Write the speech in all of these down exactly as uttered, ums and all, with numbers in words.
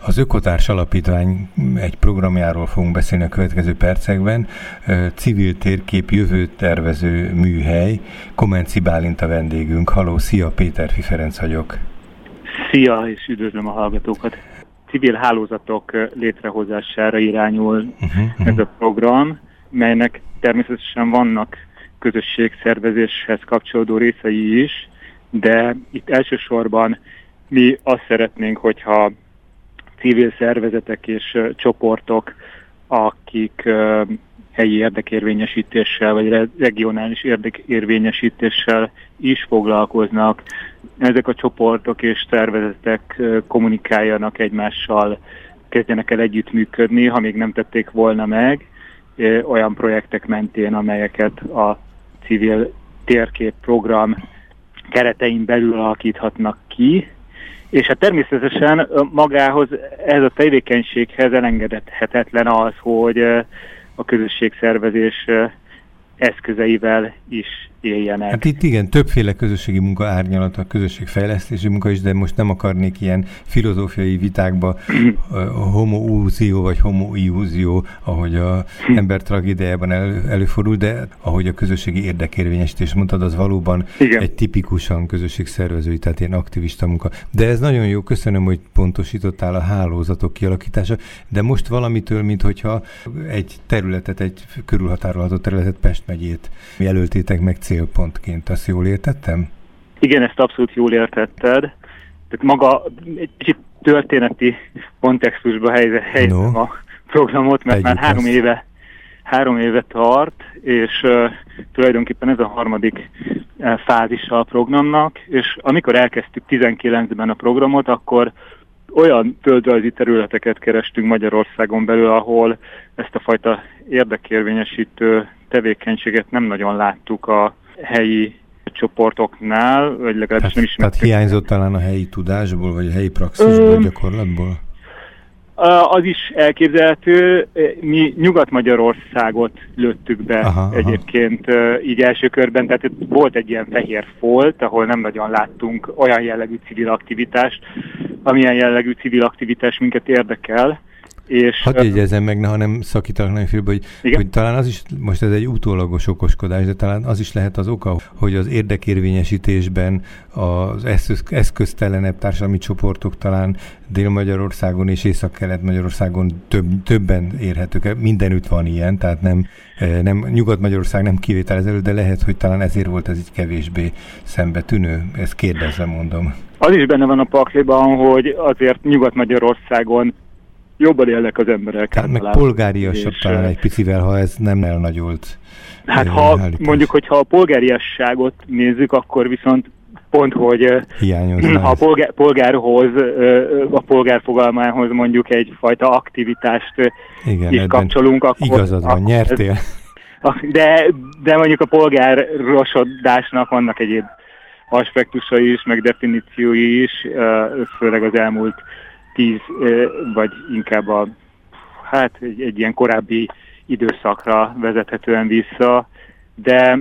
Az Ökotárs Alapítvány egy programjáról fogunk beszélni a következő percekben. Civil térkép jövőt tervező műhely. Komenci Bálint a vendégünk. Halló, szia, Péterfi Ferenc vagyok. Szia, és üdvözlöm a hallgatókat. Civil hálózatok létrehozására irányul uh-huh, ez a program, melynek természetesen vannak közösségszervezéshez kapcsolódó részei is, de itt elsősorban mi azt szeretnénk, hogyha civil szervezetek és uh, csoportok, akik uh, helyi érdekérvényesítéssel vagy regionális érdekérvényesítéssel is foglalkoznak, ezek a csoportok és szervezetek uh, kommunikáljanak egymással, kezdjenek el együttműködni, ha még nem tették volna meg, uh, olyan projektek mentén, amelyeket a civil térkép program keretein belül alakíthatnak ki. És hát természetesen magához, ez a tevékenységhez elengedhetetlen az, hogy a közösségszervezés eszközeivel is éljenek. Hát itt igen, többféle közösségi munka árnyalat, a közösségfejlesztési munka is, de most nem akarnék ilyen filozófiai vitákba homoúzió vagy homoiúzió, ahogy az ember tragédiájában elő, előfordul, de ahogy a közösségi érdekérvényesítés mondtad, az valóban igen, egy tipikusan közösségszervezői, tehát ilyen aktivista munka. De ez nagyon jó, köszönöm, hogy pontosítottál a hálózatok kialakítása, de most valamitől, minthogyha egy területet, egy körülhatárolható területet, Pest megyét jelöltétek meg célpontként. Azt jól értettem? Igen, ezt abszolút jól értetted. Tehát maga egy kicsit történeti kontextusba helyezem no. a programot, mert Tegyük már három éve, három éve tart, és uh, tulajdonképpen ez a harmadik uh, fázisa a programnak, és amikor elkezdtük tizenkilencben a programot, akkor olyan földrajzi területeket kerestünk Magyarországon belül, ahol ezt a fajta érdekérvényesítő tevékenységet nem nagyon láttuk a helyi csoportoknál, vagy legalábbis tehát, nem ismertük. Tehát hiányzott talán a helyi tudásból, vagy a helyi praxisból, Ö, gyakorlatból? Az is elképzelhető. Mi Nyugat-Magyarországot lőttük be aha, egyébként aha. így első körben, tehát volt egy ilyen fehér folt, ahol nem nagyon láttunk olyan jellegű civil aktivitást, amilyen jellegű civil aktivitás minket érdekel. És hadd jegyezzem meg, ha nem szakítanak nagyon félbe, hogy, hogy talán az is, most ez egy utólagos okoskodás, de talán az is lehet az oka, hogy az érdekérvényesítésben az eszköz, eszköztelenebb társadalmi csoportok talán Dél-Magyarországon és Észak-Kelet-Magyarországon több, többen érhetők el. Mindenütt van ilyen, tehát nem, nem Nyugat-Magyarország nem kivétel elő, de lehet, hogy talán ezért volt ez így kevésbé szembetűnő. Ezt kérdezve mondom. Az is benne van a pakliban, hogy azért Nyugat-Magyarországon jobban élnek az emberek. Tehát meg polgáriasabb talán egy picivel, ha ez nem elnagyolt. Hát ha állítás. Mondjuk, hogyha a polgáriasságot nézzük, akkor viszont pont, hogy hiányozna ha a polgár, polgárhoz, a polgár fogalmához mondjuk egyfajta aktivitást igen, is kapcsolunk, akkor... igazad van, nyertél. Ez, de, de mondjuk a polgárosodásnak vannak egyéb aspektusai is, meg definíciói is, főleg az elmúlt tíz, vagy inkább a, hát egy, egy ilyen korábbi időszakra vezethetően vissza, de...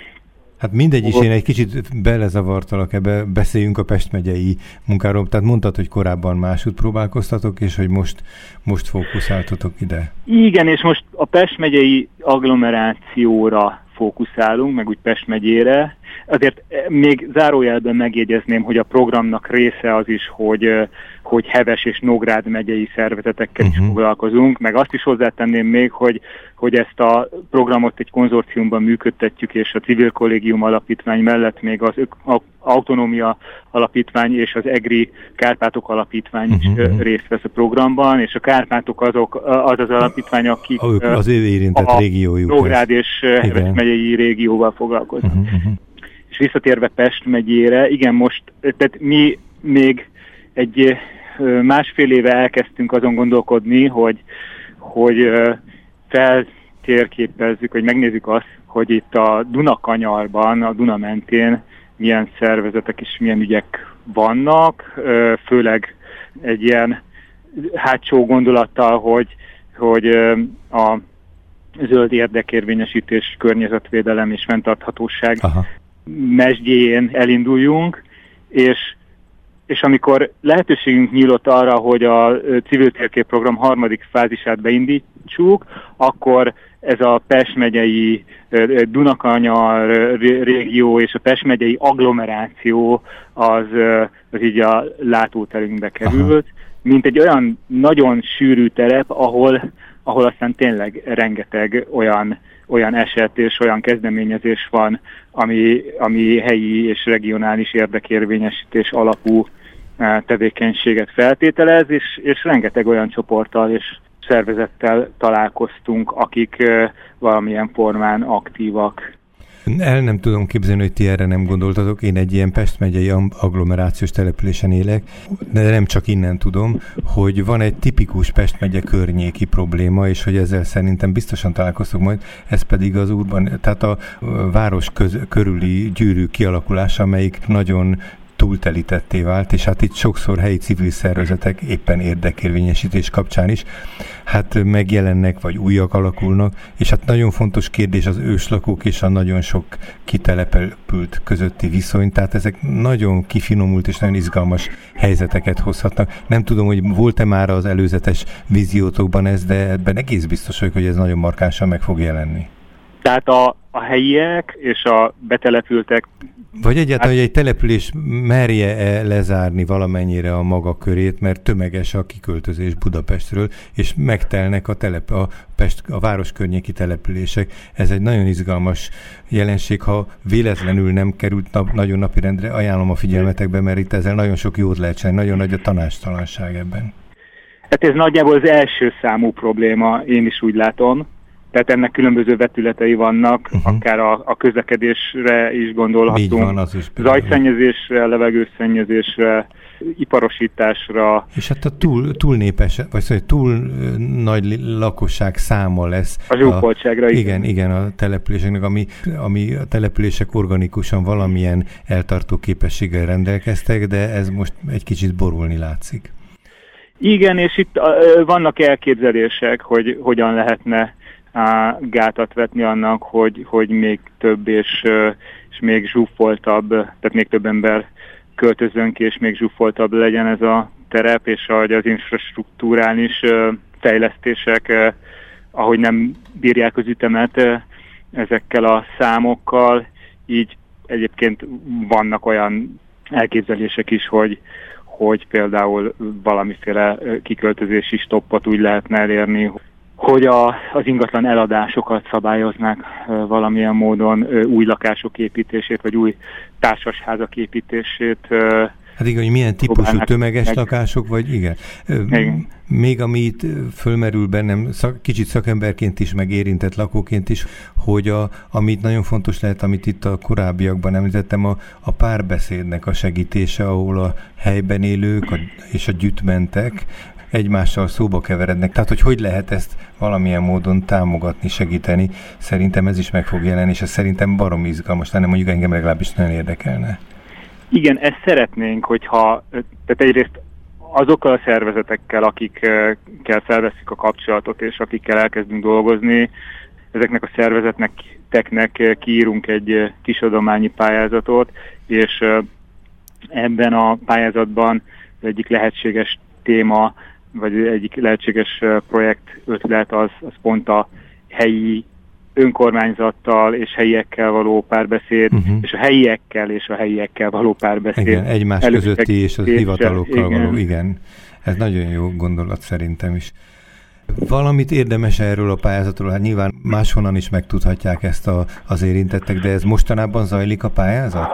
Hát mindegy is, én egy kicsit belezavartalak ebbe, beszéljünk a Pest megyei munkáról, tehát mondtad, hogy korábban máshogy próbálkoztatok, és hogy most, most fókuszáltatok ide. Igen, és most a Pest megyei agglomerációra fókuszálunk, meg úgy Pest megyére. Azért még zárójelben megjegyezném, hogy a programnak része az is, hogy, hogy Heves és Nógrád megyei szervezetekkel uh-huh. is foglalkozunk, meg azt is hozzátenném még, hogy, hogy ezt a programot egy konzorciumban működtetjük, és a Civil Kollégium Alapítvány mellett még az Autonómia Alapítvány és az EGRI Kárpátok Alapítvány is uh-huh. részt vesz a programban, és a Kárpátok azok, az az alapítvány, akik az ő érintett a régiójuk Nógrád és Heves megyei régióval foglalkoznak. Uh-huh, uh-huh. És visszatérve Pest megyére, igen, most, tehát mi még egy másfél éve elkezdtünk azon gondolkodni, hogy, hogy feltérképezzük, hogy megnézzük azt, hogy itt a Dunakanyarban, a Duna mentén milyen szervezetek és milyen ügyek vannak, főleg egy ilyen hátsó gondolattal, hogy, hogy a zöld érdekérvényesítés, környezetvédelem és fenntarthatóság Aha. mesdjéjén elinduljunk, és és amikor lehetőségünk nyílt arra, hogy a civil térkép program harmadik fázisát beindítsuk, akkor ez a Pest megyei Dunakanyar régió és a Pest megyei agglomeráció az, az így a látóterünkbe került, aha, mint egy olyan nagyon sűrű terep, ahol, ahol aztán tényleg rengeteg olyan, olyan eset és olyan kezdeményezés van, ami, ami helyi és regionális érdekérvényesítés alapú tevékenységet feltételez, és, és rengeteg olyan csoporttal és szervezettel találkoztunk, akik valamilyen formán aktívak. El nem tudom képzelni, hogy ti erre nem gondoltatok. Én egy ilyen Pest megyei agglomerációs településen élek, de nem csak innen tudom, hogy van egy tipikus Pest megye környéki probléma, és hogy ezzel szerintem biztosan találkoztok majd, ez pedig az urban, tehát a város köz, körüli gyűrű kialakulása, amelyik nagyon túltelítetté vált, és hát itt sokszor helyi civil szervezetek éppen érdekérvényesítés kapcsán is hát megjelennek, vagy újak alakulnak, és hát nagyon fontos kérdés az őslakók és a nagyon sok kitelepült közötti viszony, tehát ezek nagyon kifinomult és nagyon izgalmas helyzeteket hozhatnak. Nem tudom, hogy volt-e már az előzetes víziótokban ez, de ebben egész biztos vagyok, hogy ez nagyon markánsan meg fog jelenni. Tehát a, a helyiek és a betelepültek... Vagy egyáltalán, hogy egy település merje lezárni valamennyire a maga körét, mert tömeges a kiköltözés Budapestről, és megtelnek a, telep, a, Pest, a város környéki települések. Ez egy nagyon izgalmas jelenség, ha véletlenül nem került nap, nagyon napirendre, ajánlom a figyelmetekbe, mert itt ezzel nagyon sok jót lehet csinálni, nagyon nagy a tanácstalanság ebben. Hát ez nagyjából az első számú probléma, én is úgy látom. Tehát ennek különböző vetületei vannak, uh-huh. akár a, a közlekedésre is gondolhatunk, van, az is zajszennyezésre, levegőszennyezésre, iparosításra. És hát a túl, túl népes, vagy szóval túl nagy lakosság száma lesz. A zsúfoltságra. Igen, igen, igen, a településeknek, ami, ami a települések organikusan valamilyen eltartó képességgel rendelkeztek, de ez most egy kicsit borulni látszik. Igen, és itt uh, vannak elképzelések, hogy hogyan lehetne gátat vetni annak, hogy, hogy még több és, és még zsúfoltabb, tehát még több ember költözön ki, és még zsúfoltabb legyen ez a terep, és ahogy az infrastruktúrális fejlesztések, ahogy nem bírják az ütemet ezekkel a számokkal, így egyébként vannak olyan elképzelések is, hogy, hogy például valamiféle kiköltözési stoppot úgy lehetne elérni, hogy a, az ingatlan eladásokat szabályoznák e, valamilyen módon, e, új lakások építését, vagy új társasházak építését. E, hát igen, hogy milyen típusú tömeges meg... lakások, vagy igen. igen. Még ami itt fölmerül bennem, szak, kicsit szakemberként is, meg érintett lakóként is, hogy a, amit nagyon fontos lehet, amit itt a korábbiakban említettem, a, a párbeszédnek a segítése, ahol a helyben élők a, és a gyütmentek egymással szóba keverednek. Tehát, hogy hogy lehet ezt valamilyen módon támogatni, segíteni, szerintem ez is meg fog jelenni, és ez szerintem baromi izgalmas lenne, mondjuk engem legalábbis nagyon érdekelne. Igen, ezt szeretnénk, hogyha, tehát egyrészt azokkal a szervezetekkel, akikkel felveszik a kapcsolatot, és akikkel elkezdünk dolgozni, ezeknek a szervezeteknek kiírunk egy kisadományi pályázatot, és ebben a pályázatban egyik lehetséges téma, vagy egyik lehetséges projekt ötlet az, az pont a helyi önkormányzattal és helyiekkel való párbeszéd, uh-huh. és a helyiekkel és a helyiekkel való párbeszéd. Igen, egymás közötti és az hivatalokkal igen. való, igen. Ez nagyon jó gondolat szerintem is. Valamit érdemes erről a pályázatról, hát nyilván máshonnan is megtudhatják ezt a, az érintettek, de ez mostanában zajlik a pályázat?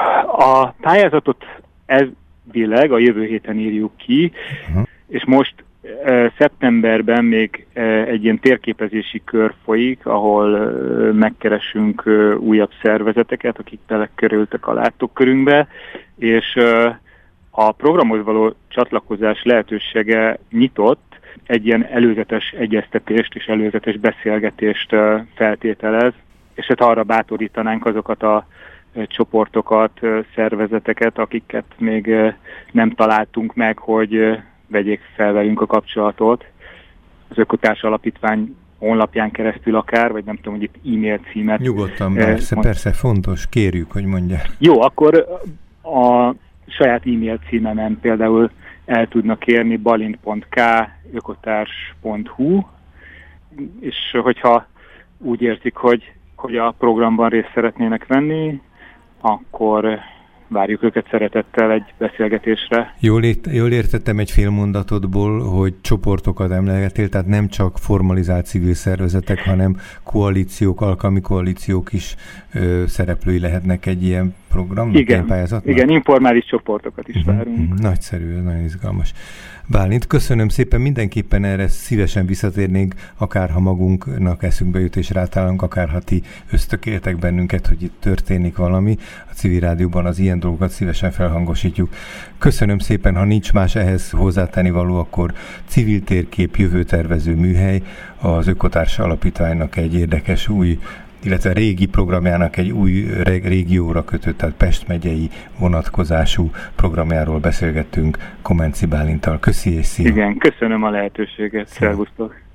A pályázatot elvileg a jövő héten írjuk ki, uh-huh. és most e, szeptemberben még e, egy ilyen térképezési kör folyik, ahol e, megkeresünk e, újabb szervezeteket, akik belekerültek a látókörünkbe, és e, a programhoz való csatlakozás lehetősége nyitott, egy ilyen előzetes egyeztetést és előzetes beszélgetést e, feltételez, és hát arra bátorítanánk azokat a e, csoportokat, e, szervezeteket, akiket még e, nem találtunk meg, hogy e, vegyék fel velünk a kapcsolatot. Az Ökotárs Alapítvány honlapján keresztül akár, vagy nem tudom, hogy itt e-mail címet. Nyugodtan, persze, mond... persze, fontos, kérjük, hogy mondja. Jó, akkor a saját e-mail címemen például el tudnak érni balint pont k ökotárs pont hu, és hogyha úgy érzik, hogy, hogy a programban részt szeretnének venni, akkor várjuk őket szeretettel egy beszélgetésre. Jól, ért, jól értettem egy fél mondatodból, hogy csoportokat emlegetél, tehát nem csak formalizált civil szervezetek, hanem koalíciók, alkalmi koalíciók is ö, szereplői lehetnek egy ilyen programnak, igen, ilyen pályázatnak? Igen, informális csoportokat is uh-huh, várunk. Uh-huh, nagyszerű, nagyon izgalmas. Bálint, köszönöm szépen, mindenképpen erre szívesen visszatérnénk, akárha magunknak eszünkbe jut és rátalálunk, akárha ti ösztökéltek bennünket, hogy itt történik valami. A Civil Rádióban az ilyen dolgokat szívesen felhangosítjuk. Köszönöm szépen, ha nincs más ehhez hozzátenni való, akkor Civil Térkép jövőtervező műhely az Ökotárs Alapítványnak egy érdekes új, illetve régi programjának egy új régióra kötött, tehát Pest megyei vonatkozású programjáról beszélgettünk Komenczy Bálinttal. Köszi és szia! Igen, köszönöm a lehetőséget. Szervusztok!